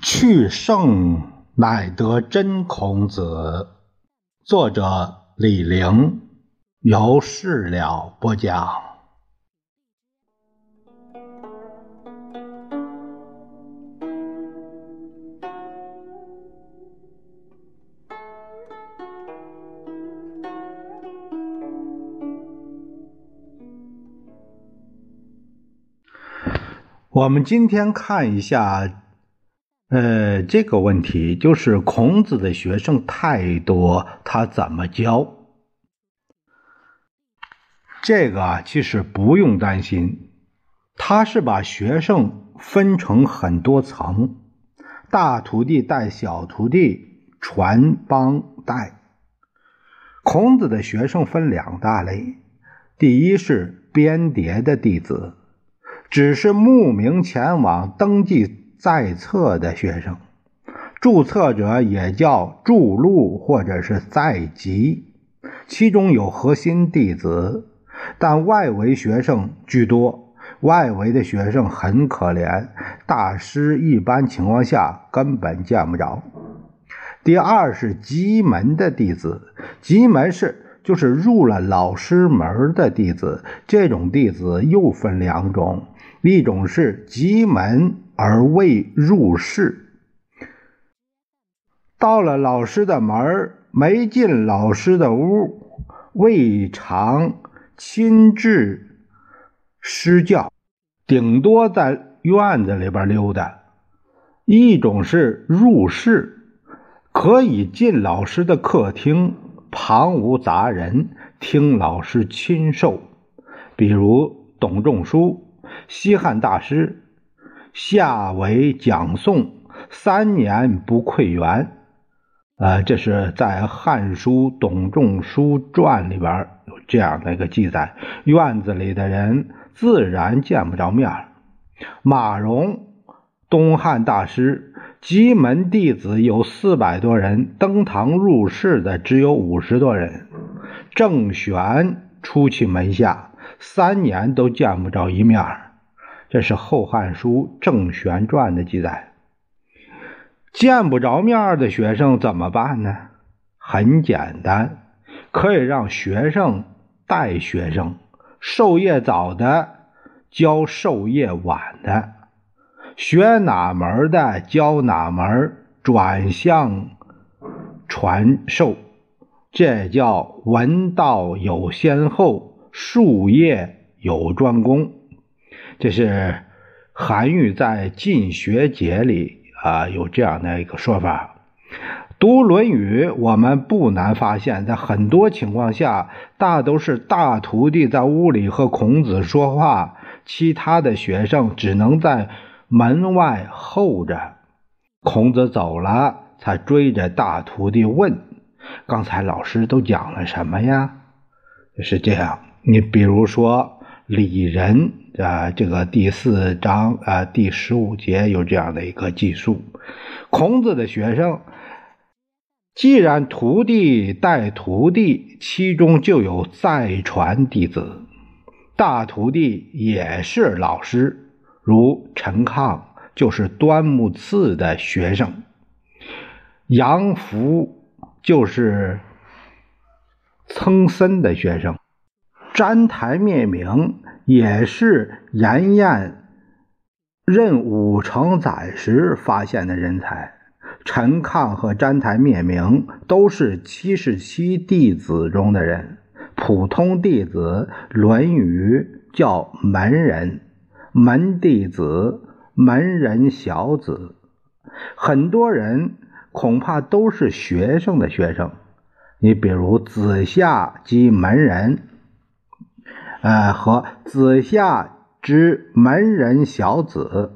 去圣乃得真孔子，作者李陵，由事了播讲。我们今天看一下这个问题，就是孔子的学生太多，他怎么教？这个其实不用担心，他是把学生分成很多层，大徒弟带小徒弟，传帮带。孔子的学生分两大类，第一是编牒的弟子，只是慕名前往登记在册的学生，注册者也叫注录或者是在籍，其中有核心弟子，但外围学生居多。外围的学生很可怜，大师一般情况下根本见不着。第二是籍门的弟子，籍门就是入了老师门的弟子，这种弟子又分两种，一种是籍门而未入仕，到了老师的门，没进老师的屋，未尝亲自施教，顶多在院子里边溜达。一种是入仕，可以进老师的客厅，旁无杂人，听老师亲授，比如董仲舒、西汉大师，下为讲诵，3年不愧园。这是在《汉书·董仲舒传》里边有这样的一个记载。院子里的人自然见不着面。马融，东汉大师，籍门弟子有400多人，登堂入室的只有50多人。郑玄出其门下，3年都见不着一面。这是《后汉书·郑玄传》的记载。见不着面的学生怎么办呢？很简单，可以让学生带学生，授业早的教授业晚的，学哪门的教哪门，转向传授，这叫文道有先后，术业有专攻。这是韩愈在《进学解》里有这样的一个说法。读《论语》，我们不难发现，在很多情况下，大都是大徒弟在屋里和孔子说话，其他的学生只能在门外候着。孔子走了，才追着大徒弟问：“刚才老师都讲了什么呀？”就是这样。你比如说礼仁这个第4章第15节有这样的一个记述。孔子的学生既然徒弟带徒弟，其中就有再传弟子，大徒弟也是老师，如陈亢就是端木赐的学生，杨福就是曾参的学生，詹台灭明也是颜彦任武成宰时发现的人才。陈亢和詹台灭明都是77弟子中的人。普通弟子《论语》叫门人，门弟子，门人小子。很多人恐怕都是学生的学生。你比如子夏即门人和子夏之门人小子，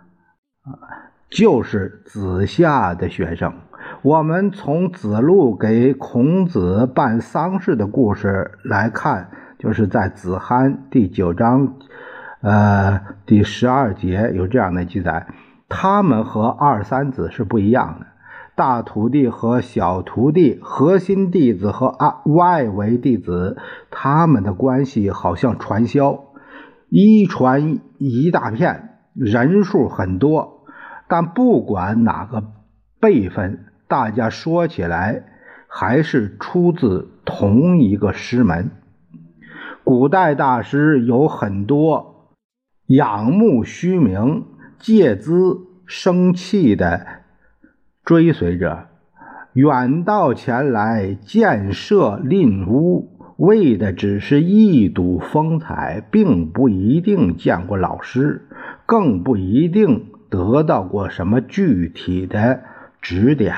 就是子夏的学生。我们从子路给孔子办丧事的故事来看，就是在子罕第9章第12节有这样的记载。他们和二三子是不一样的，大徒弟和小徒弟，核心弟子和外围弟子，他们的关系好像传销，一传一大片，人数很多， 但不管哪个辈分，大家说起来还是出自同一个师门。古代大师有很多仰慕虚名、借资生气的追随者，远道前来建设令屋，为的只是一睹风采，并不一定见过老师，更不一定得到过什么具体的指点。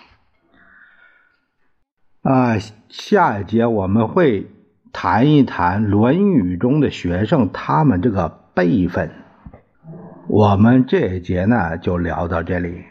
下一节我们会谈一谈《论语》中的学生，他们这个辈分。我们这一节呢就聊到这里。